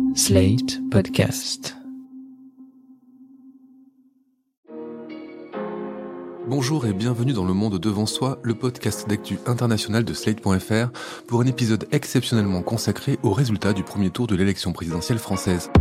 Slate Podcast. Bonjour et bienvenue dans Le Monde Devant Soi, le podcast d'actu international de Slate.fr pour un épisode exceptionnellement consacré aux résultats du premier tour de l'élection présidentielle française.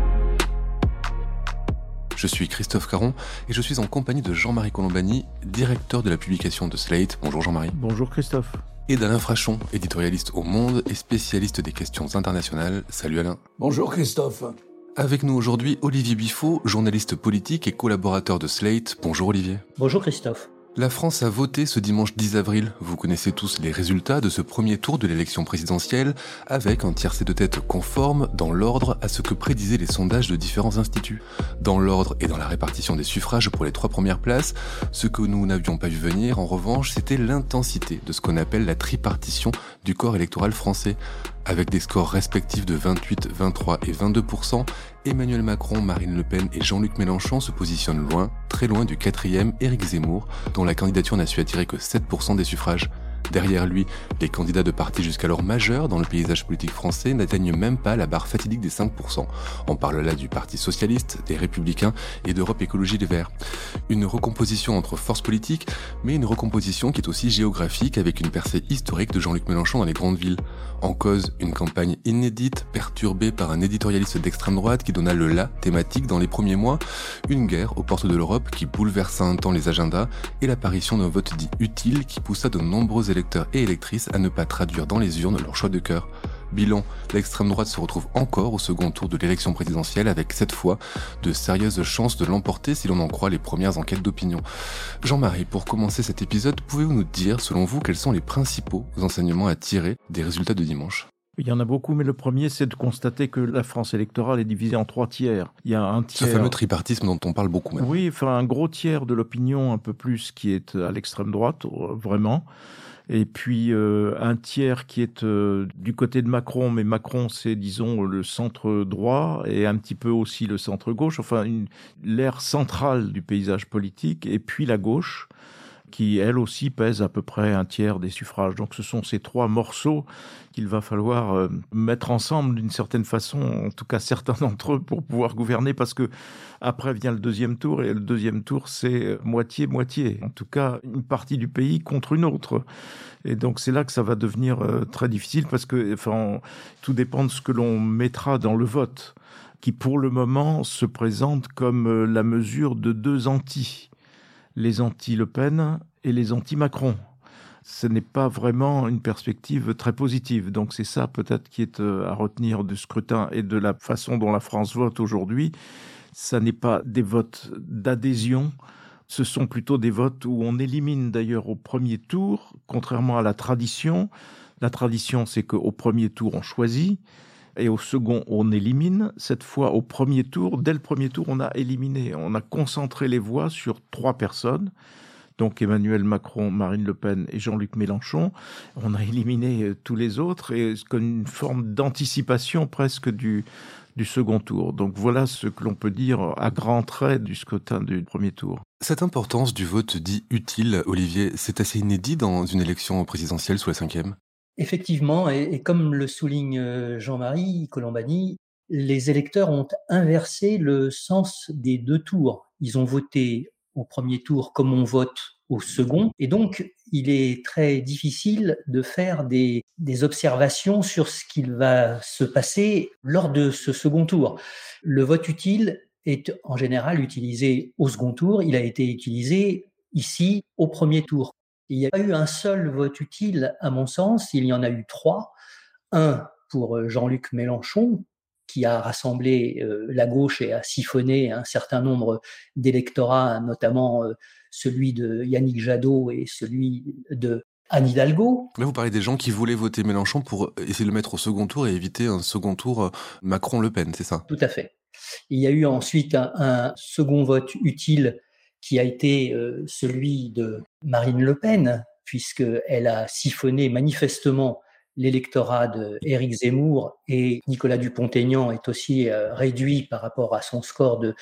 Je suis Christophe Caron et je suis en compagnie de Jean-Marie Colombani, directeur de la publication de Slate. Bonjour Jean-Marie. Bonjour Christophe. Et d'Alain Frachon, éditorialiste au Monde et spécialiste des questions internationales. Salut Alain. Bonjour Christophe. Avec nous aujourd'hui, Olivier Biffaud, journaliste politique et collaborateur de Slate. Bonjour Olivier. Bonjour Christophe. La France a voté ce dimanche 10 avril. Vous connaissez tous les résultats de ce premier tour de l'élection présidentielle, avec un tiercé de tête conforme dans l'ordre à ce que prédisaient les sondages de différents instituts. Dans l'ordre et dans la répartition des suffrages pour les 3 premières places, ce que nous n'avions pas vu venir, en revanche, c'était l'intensité de ce qu'on appelle la tripartition du corps électoral français. Avec des scores respectifs de 28, 23 et 22%, Emmanuel Macron, Marine Le Pen et Jean-Luc Mélenchon se positionnent loin, très loin du 4e Éric Zemmour, dont la candidature n'a su attirer que 7% des suffrages. Derrière lui, les candidats de partis jusqu'alors majeurs dans le paysage politique français n'atteignent même pas la barre fatidique des 5%. On parle là du Parti Socialiste, des Républicains et d'Europe Écologie Les Verts. Une recomposition entre forces politiques, mais une recomposition qui est aussi géographique avec une percée historique de Jean-Luc Mélenchon dans les grandes villes. En cause, une campagne inédite, perturbée par un éditorialiste d'extrême droite qui donna le la thématique dans les premiers mois, une guerre aux portes de l'Europe qui bouleversa un temps les agendas et l'apparition d'un vote dit utile qui poussa de nombreux électeurs et électrices à ne pas traduire dans les urnes leur choix de cœur. Bilan, l'extrême droite se retrouve encore au second tour de l'élection présidentielle avec cette fois de sérieuses chances de l'emporter si l'on en croit les premières enquêtes d'opinion. Jean-Marie, pour commencer cet épisode, pouvez-vous nous dire, selon vous, quels sont les principaux enseignements à tirer des résultats de dimanche ? Il y en a beaucoup, mais le premier, c'est de constater que la France électorale est divisée en 3 tiers. Il y a un tiers... Ce fameux tripartisme dont on parle beaucoup maintenant. Oui, enfin un gros tiers de l'opinion, un peu plus, qui est à l'extrême droite, vraiment. Et puis un tiers qui est du côté de Macron, mais Macron c'est disons le centre droit et un petit peu aussi le centre gauche, enfin l'aire centrale du paysage politique, et puis la gauche qui elle aussi pèse à peu près un tiers des suffrages. Donc ce sont ces 3 morceaux qu'il va falloir mettre ensemble d'une certaine façon, en tout cas certains d'entre eux, pour pouvoir gouverner, parce que après vient le deuxième tour, et le deuxième tour c'est moitié-moitié, en tout cas une partie du pays contre une autre. Et donc c'est là que ça va devenir très difficile, parce que tout dépend de ce que l'on mettra dans le vote, qui pour le moment se présente comme la mesure de 2 anti. Les anti-Le Pen et les anti-Macron. Ce n'est pas vraiment une perspective très positive. Donc c'est ça peut-être qui est à retenir du scrutin et de la façon dont la France vote aujourd'hui. Ça n'est pas des votes d'adhésion, ce sont plutôt des votes où on élimine d'ailleurs au premier tour, contrairement à la tradition. La tradition, c'est qu'au premier tour, on choisit. Et au second, on élimine. Cette fois, au premier tour, dès le premier tour, on a éliminé. On a concentré les voix sur 3 personnes. Donc Emmanuel Macron, Marine Le Pen et Jean-Luc Mélenchon. On a éliminé tous les autres, et comme une forme d'anticipation presque du second tour. Donc voilà ce que l'on peut dire à grands traits du scrutin du premier tour. Cette importance du vote dit utile, Olivier, c'est assez inédit dans une élection présidentielle sous la 5e ? Effectivement, et comme le souligne Jean-Marie Colombani, les électeurs ont inversé le sens des 2 tours. Ils ont voté au premier tour comme on vote au second, et donc il est très difficile de faire des observations sur ce qu'il va se passer lors de ce second tour. Le vote utile est en général utilisé au second tour, il a été utilisé ici au premier tour. Il n'y a pas eu un seul vote utile, à mon sens, il y en a eu 3. Un pour Jean-Luc Mélenchon, qui a rassemblé la gauche et a siphonné un certain nombre d'électorats, notamment celui de Yannick Jadot et celui de Anne Hidalgo. Là, vous parlez des gens qui voulaient voter Mélenchon pour essayer de le mettre au second tour et éviter un second tour Macron-Le Pen, c'est ça ? Tout à fait. Il y a eu ensuite un second vote utile qui a été celui de Marine Le Pen, puisqu'elle a siphonné manifestement l'électorat d'Éric Zemmour, et Nicolas Dupont-Aignan est aussi réduit par rapport à son score de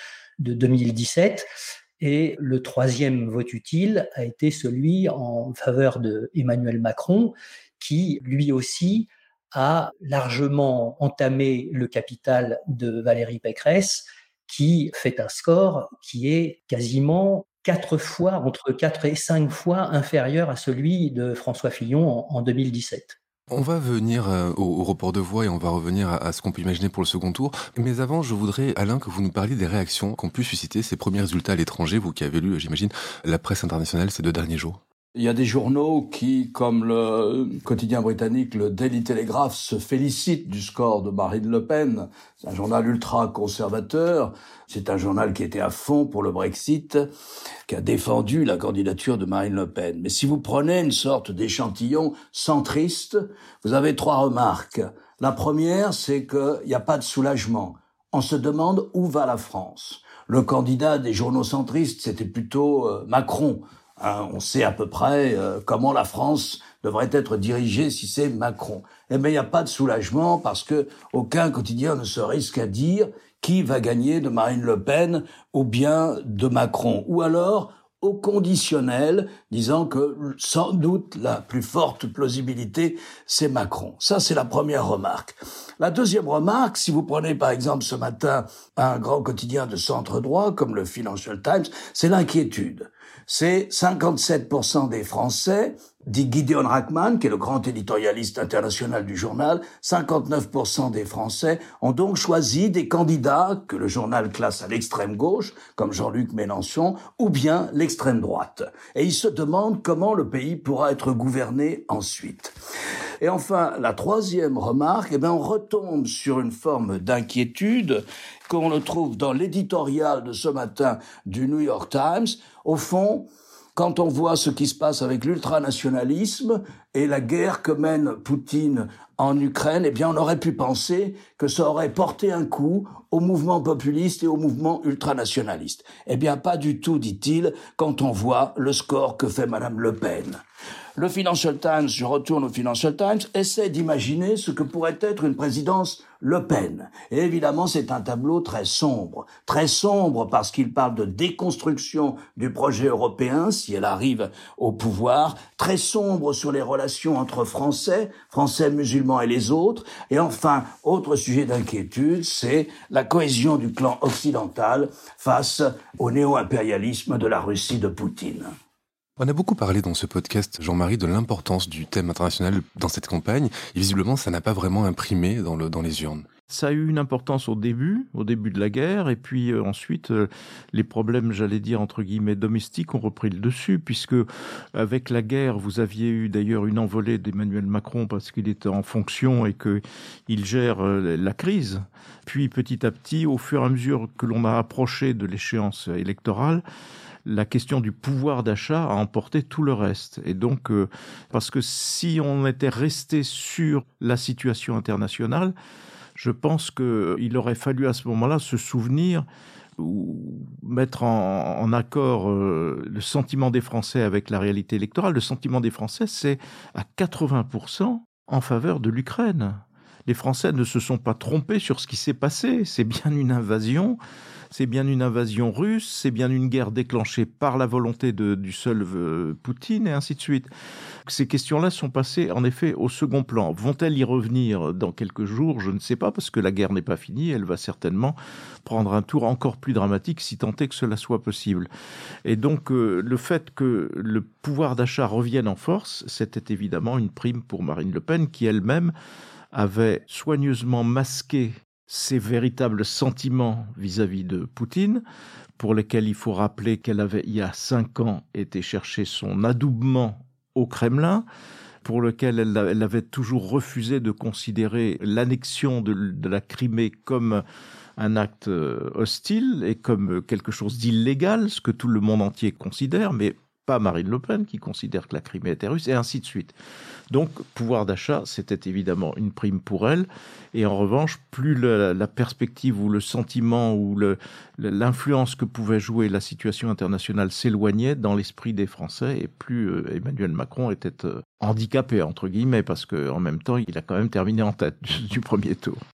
2017. Et le 3e vote utile a été celui en faveur d'Emmanuel Macron, qui lui aussi a largement entamé le capital de Valérie Pécresse, qui fait un score qui est quasiment 4 fois, entre 4 et 5 fois inférieur à celui de François Fillon en 2017. On va venir au report de voix et on va revenir à ce qu'on peut imaginer pour le second tour. Mais avant, je voudrais, Alain, que vous nous parliez des réactions qu'ont pu susciter ces premiers résultats à l'étranger, vous qui avez lu, j'imagine, la presse internationale ces 2 derniers jours. Il y a des journaux qui, comme le quotidien britannique, le Daily Telegraph, se félicitent du score de Marine Le Pen. C'est un journal ultra-conservateur. C'est un journal qui était à fond pour le Brexit, qui a défendu la candidature de Marine Le Pen. Mais si vous prenez une sorte d'échantillon centriste, vous avez 3 remarques. La première, c'est qu'il n'y a pas de soulagement. On se demande où va la France. Le candidat des journaux centristes, c'était plutôt Macron. On sait à peu près comment la France devrait être dirigée si c'est Macron. Eh bien, il n'y a pas de soulagement parce que aucun quotidien ne se risque à dire qui va gagner de Marine Le Pen ou bien de Macron. Ou alors, au conditionnel, disant que sans doute la plus forte plausibilité, c'est Macron. Ça, c'est la première remarque. La deuxième remarque, si vous prenez par exemple ce matin un grand quotidien de centre droit comme le Financial Times, c'est l'inquiétude. C'est 57% des Français, dit Gideon Rachman, qui est le grand éditorialiste international du journal, 59% des Français ont donc choisi des candidats que le journal classe à l'extrême gauche, comme Jean-Luc Mélenchon, ou bien l'extrême droite. Et ils se demandent comment le pays pourra être gouverné ensuite. Et enfin, la troisième remarque, on retombe sur une forme d'inquiétude qu'on le trouve dans l'éditorial de ce matin du New York Times. Au fond, quand on voit ce qui se passe avec l'ultranationalisme et la guerre que mène Poutine en Ukraine, on aurait pu penser que ça aurait porté un coup au mouvement populiste et au mouvement ultranationaliste. Pas du tout, dit-il, quand on voit le score que fait Madame Le Pen. Le Financial Times, je retourne au Financial Times, essaie d'imaginer ce que pourrait être une présidence Le Pen. Et évidemment, c'est un tableau très sombre parce qu'il parle de déconstruction du projet européen si elle arrive au pouvoir, très sombre sur les relations entre Français musulmans et les autres. Et enfin, autre sujet d'inquiétude, c'est la cohésion du clan occidental face au néo-impérialisme de la Russie de Poutine. On a beaucoup parlé dans ce podcast, Jean-Marie, de l'importance du thème international dans cette campagne. Et visiblement, ça n'a pas vraiment imprimé dans les urnes. Ça a eu une importance au début de la guerre, et puis ensuite, les problèmes, j'allais dire, entre guillemets, domestiques ont repris le dessus, puisque avec la guerre, vous aviez eu d'ailleurs une envolée d'Emmanuel Macron parce qu'il était en fonction et qu'il gère la crise. Puis petit à petit, au fur et à mesure que l'on a approché de l'échéance électorale, la question du pouvoir d'achat a emporté tout le reste. Et donc, parce que si on était resté sur la situation internationale, je pense qu'il aurait fallu à ce moment-là se souvenir ou mettre en accord le sentiment des Français avec la réalité électorale. Le sentiment des Français, c'est à 80% en faveur de l'Ukraine. Les Français ne se sont pas trompés sur ce qui s'est passé. C'est bien une invasion. C'est bien une invasion russe, c'est bien une guerre déclenchée par la volonté du seul Poutine, et ainsi de suite. Ces questions-là sont passées, en effet, au second plan. Vont-elles y revenir dans quelques jours ? Je ne sais pas, parce que la guerre n'est pas finie. Elle va certainement prendre un tour encore plus dramatique, si tant est que cela soit possible. Et donc, le fait que le pouvoir d'achat revienne en force, c'était évidemment une prime pour Marine Le Pen, qui elle-même avait soigneusement masqué ses véritables sentiments vis-à-vis de Poutine, pour lesquels il faut rappeler qu'elle avait, il y a 5 ans, été chercher son adoubement au Kremlin, pour lequel elle avait toujours refusé de considérer l'annexion de la Crimée comme un acte hostile et comme quelque chose d'illégal, ce que tout le monde entier considère, mais pas Marine Le Pen, qui considère que la Crimée était russe, et ainsi de suite. Donc, pouvoir d'achat, c'était évidemment une prime pour elle. Et en revanche, plus la perspective ou le sentiment ou l'influence que pouvait jouer la situation internationale s'éloignait dans l'esprit des Français, et plus Emmanuel Macron était handicapé, entre guillemets, parce qu'en même temps, il a quand même terminé en tête du premier tour.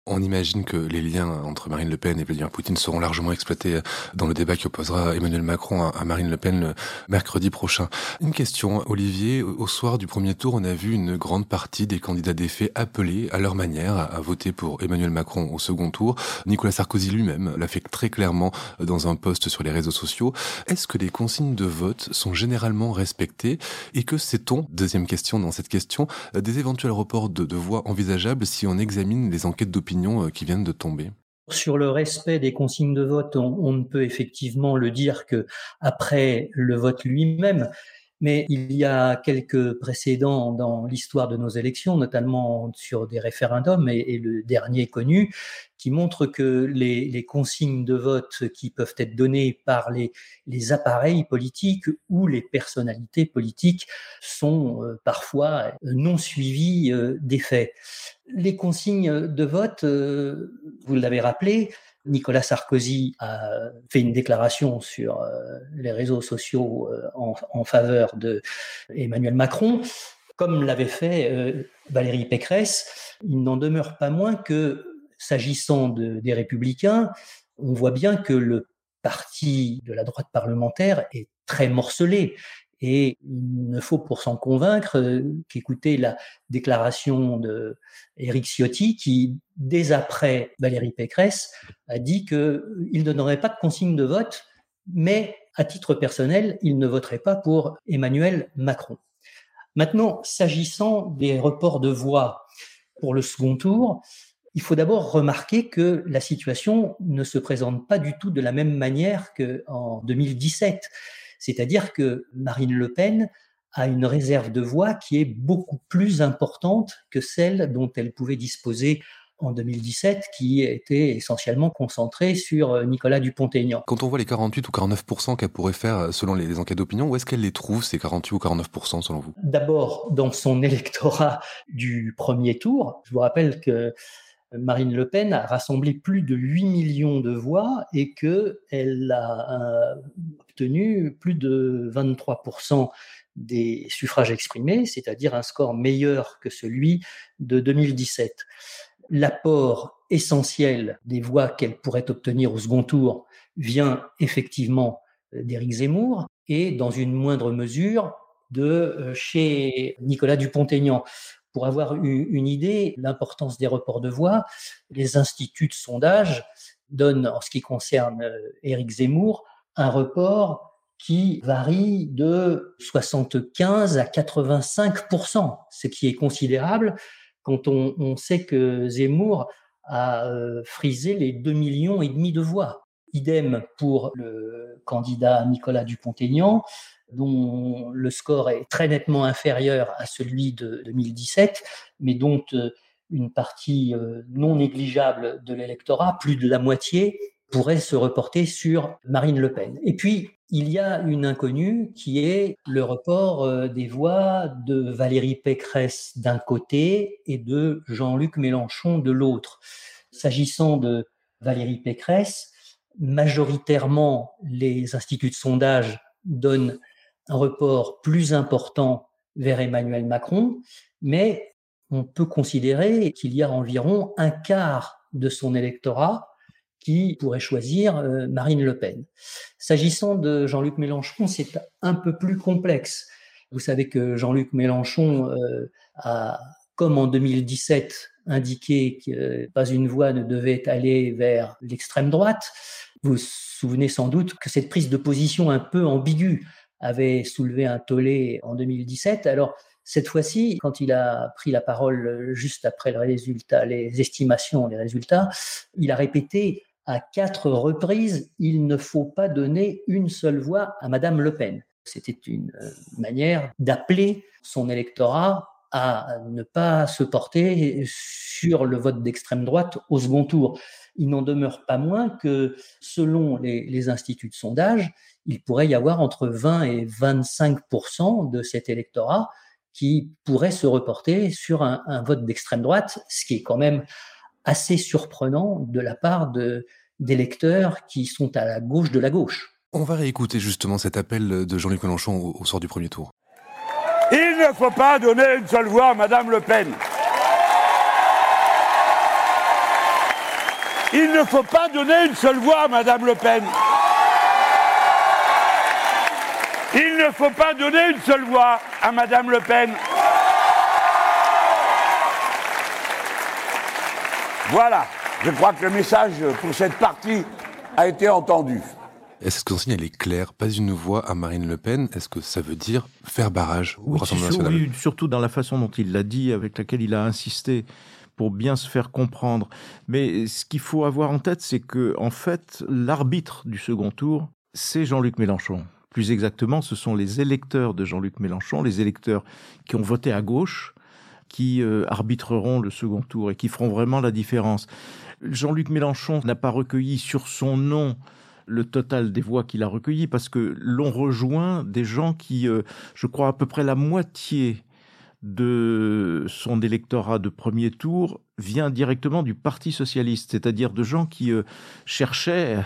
On imagine que les liens entre Marine Le Pen et Vladimir Poutine seront largement exploités dans le débat qui opposera Emmanuel Macron à Marine Le Pen le mercredi prochain. Une question, Olivier. Au soir du premier tour, on a vu une grande partie des candidats des faits appeler à leur manière à voter pour Emmanuel Macron au second tour. Nicolas Sarkozy lui-même l'a fait très clairement dans un post sur les réseaux sociaux. Est-ce que les consignes de vote sont généralement respectées et que sait-on, deuxième question dans cette question, des éventuels reports de voix envisageables si on examine les enquêtes d'opinion qui viennent de tomber? Sur le respect des consignes de vote, on ne peut effectivement le dire que après le vote lui-même, mais il y a quelques précédents dans l'histoire de nos élections, notamment sur des référendums et le dernier connu, qui montrent que les consignes de vote qui peuvent être données par les appareils politiques ou les personnalités politiques sont parfois non suivies des faits. Les consignes de vote, vous l'avez rappelé, Nicolas Sarkozy a fait une déclaration sur les réseaux sociaux en faveur de Emmanuel Macron, comme l'avait fait Valérie Pécresse. Il n'en demeure pas moins que, s'agissant des Républicains, on voit bien que le parti de la droite parlementaire est très morcelé. Et il ne faut pour s'en convaincre qu'écouter la déclaration d'Éric Ciotti qui, dès après Valérie Pécresse, a dit qu'il ne donnerait pas de consigne de vote, mais à titre personnel, il ne voterait pas pour Emmanuel Macron. Maintenant, s'agissant des reports de voix pour le second tour, il faut d'abord remarquer que la situation ne se présente pas du tout de la même manière qu'en 2017. C'est-à-dire que Marine Le Pen a une réserve de voix qui est beaucoup plus importante que celle dont elle pouvait disposer en 2017, qui était essentiellement concentrée sur Nicolas Dupont-Aignan. Quand on voit les 48 ou 49% qu'elle pourrait faire selon les enquêtes d'opinion, où est-ce qu'elle les trouve, ces 48 ou 49% selon vous? D'abord, dans son électorat du premier tour. Je vous rappelle que Marine Le Pen a rassemblé plus de 8 millions de voix et qu'elle a obtenu plus de 23% des suffrages exprimés, c'est-à-dire un score meilleur que celui de 2017. L'apport essentiel des voix qu'elle pourrait obtenir au second tour vient effectivement d'Éric Zemmour et dans une moindre mesure de chez Nicolas Dupont-Aignan. Pour avoir une idée de l'importance des reports de voix, les instituts de sondage donnent, en ce qui concerne Éric Zemmour, un report qui varie de 75 à 85%, ce qui est considérable quand on sait que Zemmour a frisé les 2,5 millions de voix. Idem pour le candidat Nicolas Dupont-Aignan, dont le score est très nettement inférieur à celui de 2017, mais dont une partie non négligeable de l'électorat, plus de la moitié, pourrait se reporter sur Marine Le Pen. Et puis, il y a une inconnue qui est le report des voix de Valérie Pécresse d'un côté et de Jean-Luc Mélenchon de l'autre. S'agissant de Valérie Pécresse, majoritairement, les instituts de sondage donnent un report plus important vers Emmanuel Macron, mais on peut considérer qu'il y a environ un quart de son électorat qui pourrait choisir Marine Le Pen. S'agissant de Jean-Luc Mélenchon, c'est un peu plus complexe. Vous savez que Jean-Luc Mélenchon a, comme en 2017, indiqué que pas une voix ne devait aller vers l'extrême droite. Vous vous souvenez sans doute que cette prise de position un peu ambiguë avait soulevé un tollé en 2017. Alors, cette fois-ci, quand il a pris la parole juste après le résultat, les estimations, les résultats, il a répété à 4 reprises « il ne faut pas donner une seule voix à Madame Le Pen ». C'était une manière d'appeler son électorat à ne pas se porter sur le vote d'extrême droite au second tour. Il n'en demeure pas moins que, selon les instituts de sondage, il pourrait y avoir entre 20 et 25% de cet électorat qui pourrait se reporter sur un vote d'extrême droite, ce qui est quand même assez surprenant de la part d'électeurs qui sont à la gauche de la gauche. On va réécouter justement cet appel de Jean-Luc Mélenchon au soir du premier tour. Il ne faut pas donner une seule voix à Madame Le Pen. Il ne faut pas donner une seule voix à Madame Le Pen. Il ne faut pas donner une seule voix à Madame Le Pen. Voilà, je crois que le message pour cette partie a été entendu. Est-ce que consigne elle est claire? Pas une voix à Marine Le Pen. Est-ce que ça veut dire faire barrage au Rassemblement national? Oui, surtout dans la façon dont il l'a dit, avec laquelle il a insisté pour bien se faire comprendre. Mais ce qu'il faut avoir en tête, c'est que, en fait, l'arbitre du second tour, c'est Jean-Luc Mélenchon. Plus exactement, ce sont les électeurs de Jean-Luc Mélenchon, les électeurs qui ont voté à gauche, qui arbitreront le second tour et qui feront vraiment la différence. Jean-Luc Mélenchon n'a pas recueilli sur son nom le total des voix qu'il a recueillies, parce que l'on rejoint des gens qui, je crois, à peu près la moitié de son électorat de premier tour vient directement du Parti socialiste, c'est-à-dire de gens qui cherchaient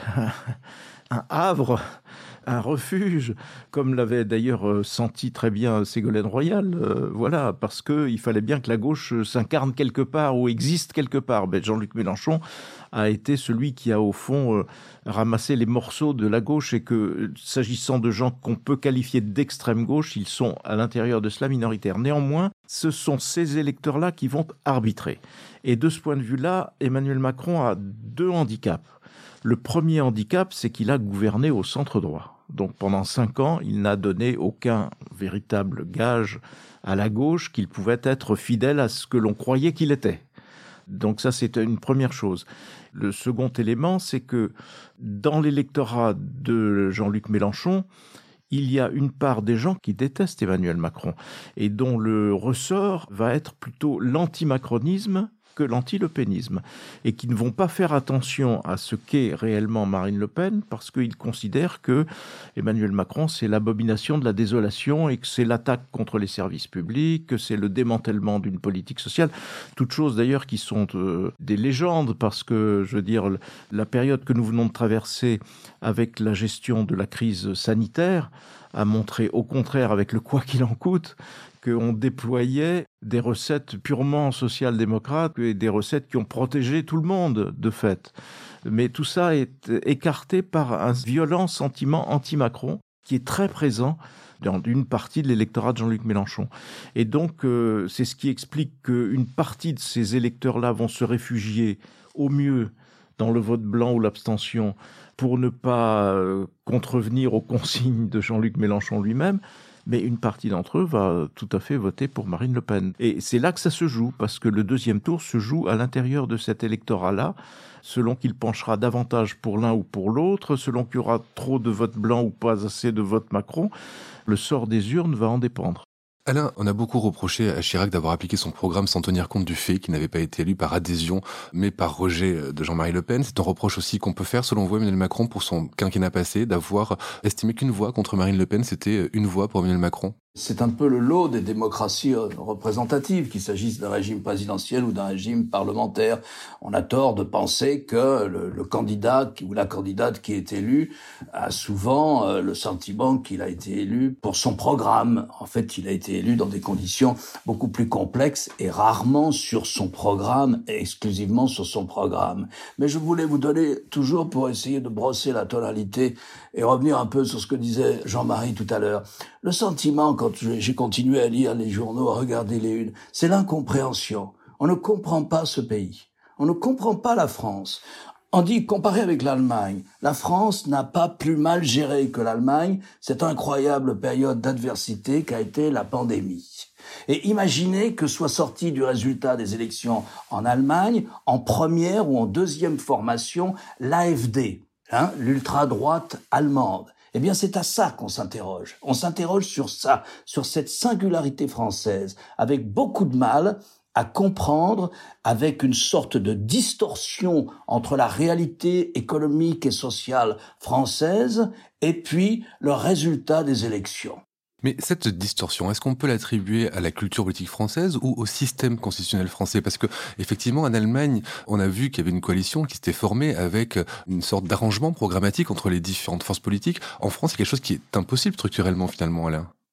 un havre, un refuge, comme l'avait d'ailleurs senti très bien Ségolène Royal, voilà, parce qu'il fallait bien que la gauche s'incarne quelque part ou existe quelque part. Ben, Jean-Luc Mélenchon a été celui qui a au fond ramassé les morceaux de la gauche, et que, s'agissant de gens qu'on peut qualifier d'extrême gauche, ils sont à l'intérieur de cela minoritaires. Néanmoins, ce sont ces électeurs-là qui vont arbitrer. Et de ce point de vue-là, Emmanuel Macron a deux handicaps. Le premier handicap, c'est qu'il a gouverné au centre droit. Donc pendant 5 ans, il n'a donné aucun véritable gage à la gauche qu'il pouvait être fidèle à ce que l'on croyait qu'il était. Donc ça, c'est une première chose. Le second élément, c'est que dans l'électorat de Jean-Luc Mélenchon, il y a une part des gens qui détestent Emmanuel Macron et dont le ressort va être plutôt l'anti-macronisme que l'anti-lepénisme, et qui ne vont pas faire attention à ce qu'est réellement Marine Le Pen, parce qu'ils considèrent que Emmanuel Macron, c'est l'abomination de la désolation, et que c'est l'attaque contre les services publics, que c'est le démantèlement d'une politique sociale, toutes choses d'ailleurs qui sont des légendes, parce que, je veux dire, la période que nous venons de traverser avec la gestion de la crise sanitaire a montré, au contraire, avec le quoi qu'il en coûte, qu'on déployait des recettes purement social-démocrates et des recettes qui ont protégé tout le monde, de fait. Mais tout ça est écarté par un violent sentiment anti-Macron qui est très présent dans une partie de l'électorat de Jean-Luc Mélenchon. Et donc, c'est ce qui explique qu'une partie de ces électeurs-là vont se réfugier au mieux dans le vote blanc ou l'abstention pour ne pas contrevenir aux consignes de Jean-Luc Mélenchon lui-même. Mais une partie d'entre eux va tout à fait voter pour Marine Le Pen. Et c'est là que ça se joue, parce que le deuxième tour se joue à l'intérieur de cet électorat-là, selon qu'il penchera davantage pour l'un ou pour l'autre, selon qu'il y aura trop de votes blancs ou pas assez de votes Macron. Le sort des urnes va en dépendre. Alain, on a beaucoup reproché à Chirac d'avoir appliqué son programme sans tenir compte du fait qu'il n'avait pas été élu par adhésion, mais par rejet de Jean-Marie Le Pen. C'est un reproche aussi qu'on peut faire, selon vous, Emmanuel Macron, pour son quinquennat passé, d'avoir estimé qu'une voix contre Marine Le Pen, c'était une voix pour Emmanuel Macron. C'est un peu le lot des démocraties représentatives, qu'il s'agisse d'un régime présidentiel ou d'un régime parlementaire. On a tort de penser que le candidat ou la candidate qui est élu a souvent le sentiment qu'il a été élu pour son programme. En fait, il a été élu dans des conditions beaucoup plus complexes et rarement sur son programme et exclusivement sur son programme. Mais je voulais vous donner, toujours pour essayer de brosser la tonalité et revenir un peu sur ce que disait Jean-Marie tout à l'heure, le sentiment, quand j'ai continué à lire les journaux, à regarder les unes, c'est l'incompréhension. On ne comprend pas ce pays. On ne comprend pas la France. On dit, comparé avec l'Allemagne, la France n'a pas plus mal géré que l'Allemagne cette incroyable période d'adversité qu'a été la pandémie. Et imaginez que soit sorti du résultat des élections en Allemagne, en première ou en deuxième formation, l'AfD, l'ultra-droite allemande. Eh bien, c'est à ça qu'on s'interroge. On s'interroge sur ça, sur cette singularité française, avec beaucoup de mal à comprendre, avec une sorte de distorsion entre la réalité économique et sociale française et puis le résultat des élections. Mais cette distorsion, est-ce qu'on peut l'attribuer à la culture politique française ou au système constitutionnel français? Parce que, effectivement, en Allemagne, on a vu qu'il y avait une coalition qui s'était formée avec une sorte d'arrangement programmatique entre les différentes forces politiques. En France, c'est quelque chose qui est impossible structurellement, finalement, Alain.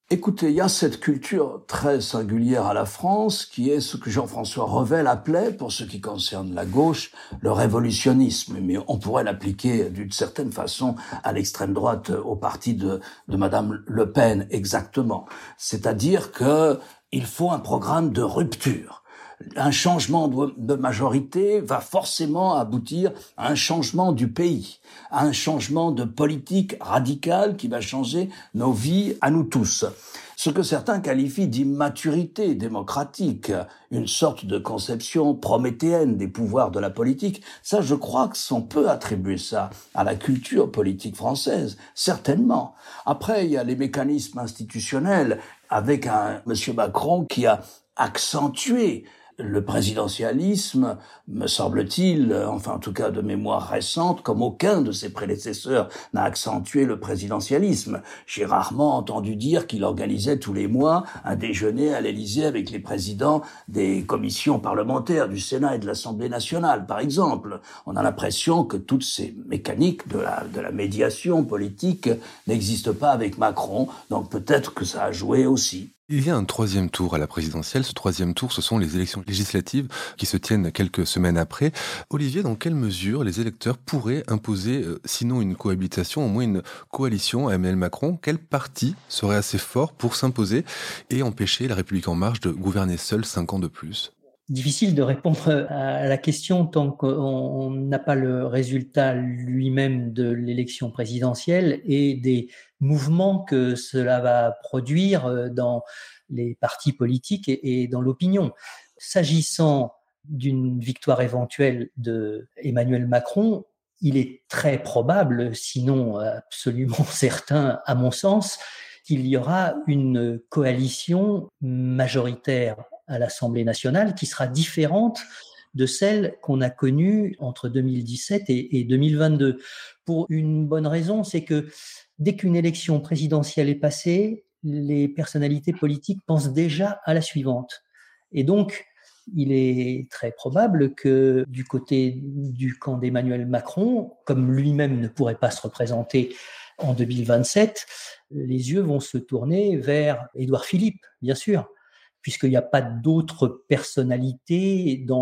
Écoutez, il y a cette culture très singulière à la France qui est ce que Jean-François Revel appelait, pour ce qui concerne la gauche, le révolutionnisme. Mais on pourrait l'appliquer d'une certaine façon à l'extrême droite, au parti de Madame Le Pen, exactement. C'est-à-dire que il faut un programme de rupture. Un changement de majorité va forcément aboutir à un changement du pays, à un changement de politique radicale qui va changer nos vies à nous tous. Ce que certains qualifient d'immaturité démocratique, une sorte de conception prométhéenne des pouvoirs de la politique, ça je crois que on peut attribuer ça à la culture politique française, certainement. Après, il y a les mécanismes institutionnels avec un monsieur Macron qui a accentué le présidentialisme, me semble-t-il, enfin en tout cas de mémoire récente, comme aucun de ses prédécesseurs n'a accentué le présidentialisme. J'ai rarement entendu dire qu'il organisait tous les mois un déjeuner à l'Élysée avec les présidents des commissions parlementaires du Sénat et de l'Assemblée nationale, par exemple. On a l'impression que toutes ces mécaniques de la médiation politique n'existent pas avec Macron, donc peut-être que ça a joué aussi. Il y a un troisième tour à la présidentielle. Ce troisième tour, ce sont les élections législatives qui se tiennent quelques semaines après. Olivier, dans quelle mesure les électeurs pourraient imposer, sinon une cohabitation, au moins une coalition à Emmanuel Macron? Quel parti serait assez fort pour s'imposer et empêcher la République En Marche de gouverner seule 5 ans de plus? Difficile de répondre à la question tant qu'on n'a pas le résultat lui-même de l'élection présidentielle et des mouvements que cela va produire dans les partis politiques et dans l'opinion. S'agissant d'une victoire éventuelle de Emmanuel Macron, il est très probable, sinon absolument certain à mon sens, qu'il y aura une coalition majoritaire à l'Assemblée nationale qui sera différente de celle qu'on a connue entre 2017 et 2022. Pour une bonne raison, c'est que dès qu'une élection présidentielle est passée, les personnalités politiques pensent déjà à la suivante. Et donc, il est très probable que du côté du camp d'Emmanuel Macron, comme lui-même ne pourrait pas se représenter en 2027, les yeux vont se tourner vers Édouard Philippe, bien sûr, puisqu'il n'y a pas d'autres personnalités dans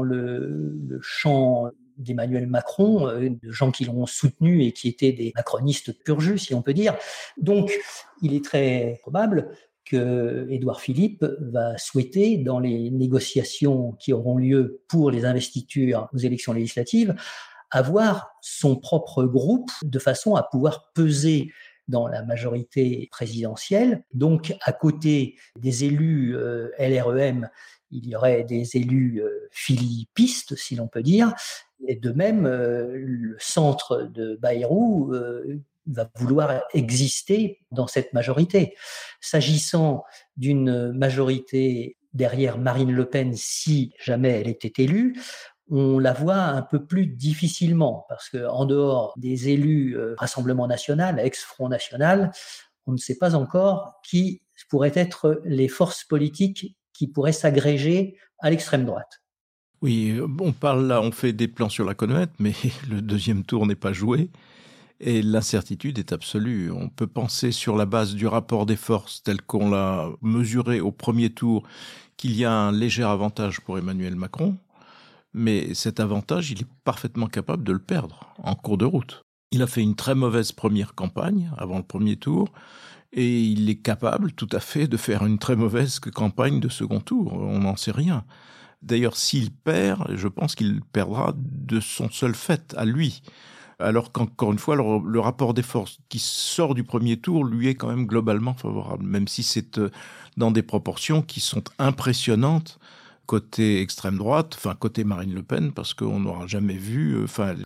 le champ d'Emmanuel Macron, de gens qui l'ont soutenu et qui étaient des macronistes pur jus, si on peut dire. Donc, il est très probable que Édouard Philippe va souhaiter, dans les négociations qui auront lieu pour les investitures aux élections législatives, avoir son propre groupe de façon à pouvoir peser dans la majorité présidentielle. Donc, à côté des élus LREM, il y aurait des élus philippistes, si l'on peut dire. Et de même, le centre de Bayrou va vouloir exister dans cette majorité. S'agissant d'une majorité derrière Marine Le Pen, si jamais elle était élue, on la voit un peu plus difficilement, parce qu'en dehors des élus Rassemblement National, ex-Front National, on ne sait pas encore qui pourraient être les forces politiques qui pourraient s'agréger à l'extrême droite. Oui, on parle là, on fait des plans sur la comète, mais le deuxième tour n'est pas joué et l'incertitude est absolue. On peut penser sur la base du rapport des forces tel qu'on l'a mesuré au premier tour qu'il y a un léger avantage pour Emmanuel Macron. Mais cet avantage, il est parfaitement capable de le perdre en cours de route. Il a fait une très mauvaise première campagne avant le premier tour et il est capable tout à fait de faire une très mauvaise campagne de second tour. On n'en sait rien. D'ailleurs, s'il perd, je pense qu'il perdra de son seul fait à lui. Alors qu'encore une fois, le rapport des forces qui sort du premier tour lui est quand même globalement favorable, même si c'est dans des proportions qui sont impressionnantes côté extrême droite, enfin côté Marine Le Pen, parce qu'on n'aura jamais vu,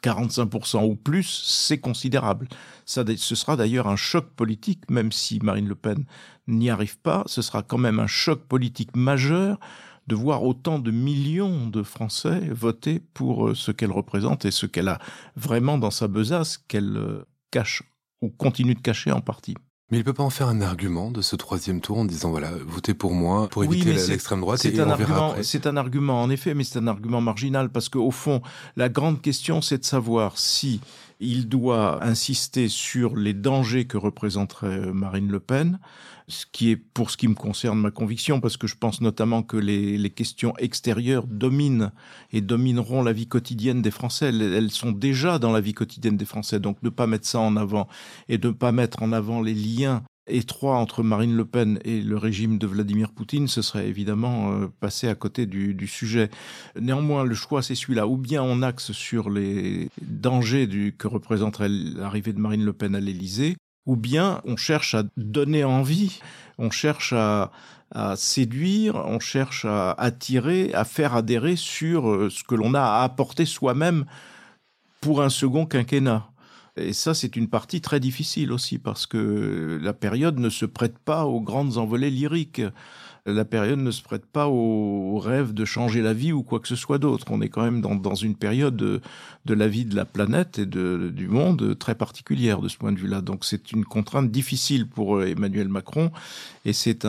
45% ou plus, c'est considérable. Ce sera d'ailleurs un choc politique, même si Marine Le Pen n'y arrive pas, ce sera quand même un choc politique majeur de voir autant de millions de Français voter pour ce qu'elle représente et ce qu'elle a vraiment dans sa besace, qu'elle cache ou continue de cacher en partie. Mais il ne peut pas en faire un argument de ce troisième tour en disant voilà, votez pour moi pour éviter l'extrême droite et on verra après. C'est un argument en effet, mais c'est un argument marginal parce qu'au fond, la grande question c'est de savoir si Il doit insister sur les dangers que représenterait Marine Le Pen, ce qui est, pour ce qui me concerne, ma conviction, parce que je pense notamment que les questions extérieures dominent et domineront la vie quotidienne des Français. Elles sont déjà dans la vie quotidienne des Français, donc ne pas mettre ça en avant et de ne pas mettre en avant les liens étroit entre Marine Le Pen et le régime de Vladimir Poutine, ce serait évidemment passer à côté du sujet. Néanmoins, le choix, c'est celui-là. Ou bien on axe sur les dangers que représenterait l'arrivée de Marine Le Pen à l'Élysée, ou bien on cherche à donner envie, on cherche à séduire, on cherche à attirer, à faire adhérer sur ce que l'on a à apporter soi-même pour un second quinquennat. Et ça, c'est une partie très difficile aussi, parce que la période ne se prête pas aux grandes envolées lyriques. La période ne se prête pas au rêve de changer la vie ou quoi que ce soit d'autre. On est quand même dans une période de la vie de la planète et du monde très particulière de ce point de vue-là. Donc c'est une contrainte difficile pour Emmanuel Macron, et c'est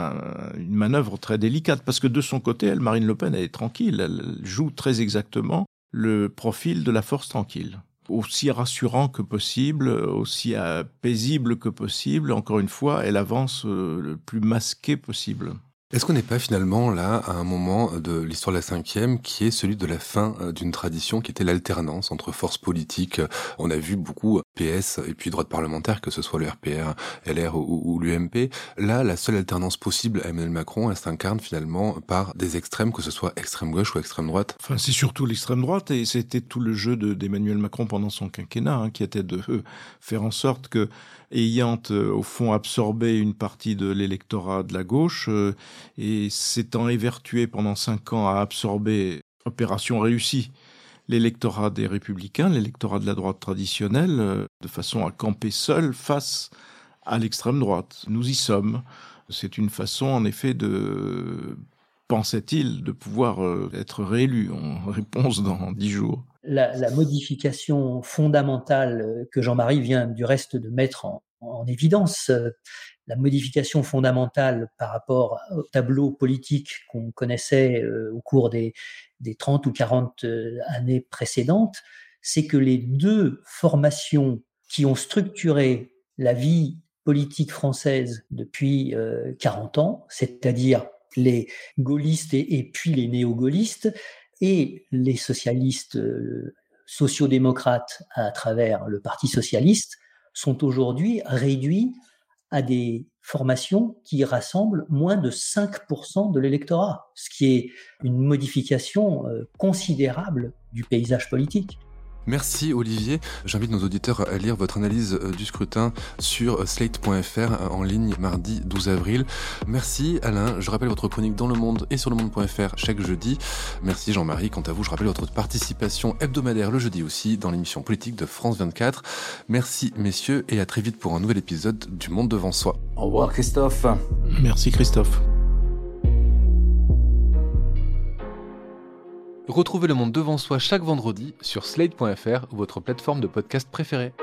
une manœuvre très délicate, parce que de son côté, Marine Le Pen, elle est tranquille. Elle joue très exactement le profil de la force tranquille. Aussi rassurant que possible, aussi paisible que possible. Encore une fois, elle avance le plus masqué possible. Est-ce qu'on n'est pas finalement là à un moment de l'histoire de la Cinquième qui est celui de la fin d'une tradition qui était l'alternance entre forces politiques? On a vu beaucoup PS et puis droite parlementaire, que ce soit le RPR, LR ou l'UMP. Là, la seule alternance possible à Emmanuel Macron, elle s'incarne finalement par des extrêmes, que ce soit extrême gauche ou extrême droite. Enfin, c'est surtout l'extrême droite, et c'était tout le jeu d'Emmanuel Macron pendant son quinquennat, qui était de faire en sorte que, ayant au fond absorbé une partie de l'électorat de la gauche, et s'étant évertué pendant 5 ans à absorber, opération réussie, l'électorat des Républicains, l'électorat de la droite traditionnelle, de façon à camper seul face à l'extrême droite. Nous y sommes. C'est une façon, en effet, pensait-il, de pouvoir être réélu en réponse dans 10 jours. La modification fondamentale que Jean-Marie vient du reste de mettre en évidence, la modification fondamentale par rapport au tableau politique qu'on connaissait au cours des 30 ou 40 années précédentes, c'est que les deux formations qui ont structuré la vie politique française depuis 40 ans, c'est-à-dire les gaullistes et puis les néo-gaullistes, et les socialistes sociodémocrates à travers le Parti socialiste, sont aujourd'hui réduits à des formations qui rassemblent moins de 5% de l'électorat, ce qui est une modification considérable du paysage politique. Merci Olivier. J'invite nos auditeurs à lire votre analyse du scrutin sur slate.fr en ligne mardi 12 avril. Merci Alain. Je rappelle votre chronique dans Le Monde et sur lemonde.fr chaque jeudi. Merci Jean-Marie. Quant à vous, je rappelle votre participation hebdomadaire le jeudi aussi dans l'émission politique de France 24. Merci messieurs et à très vite pour un nouvel épisode du Monde devant soi. Au revoir Christophe. Merci Christophe. Retrouvez Le Monde devant soi chaque vendredi sur slate.fr ou votre plateforme de podcast préférée.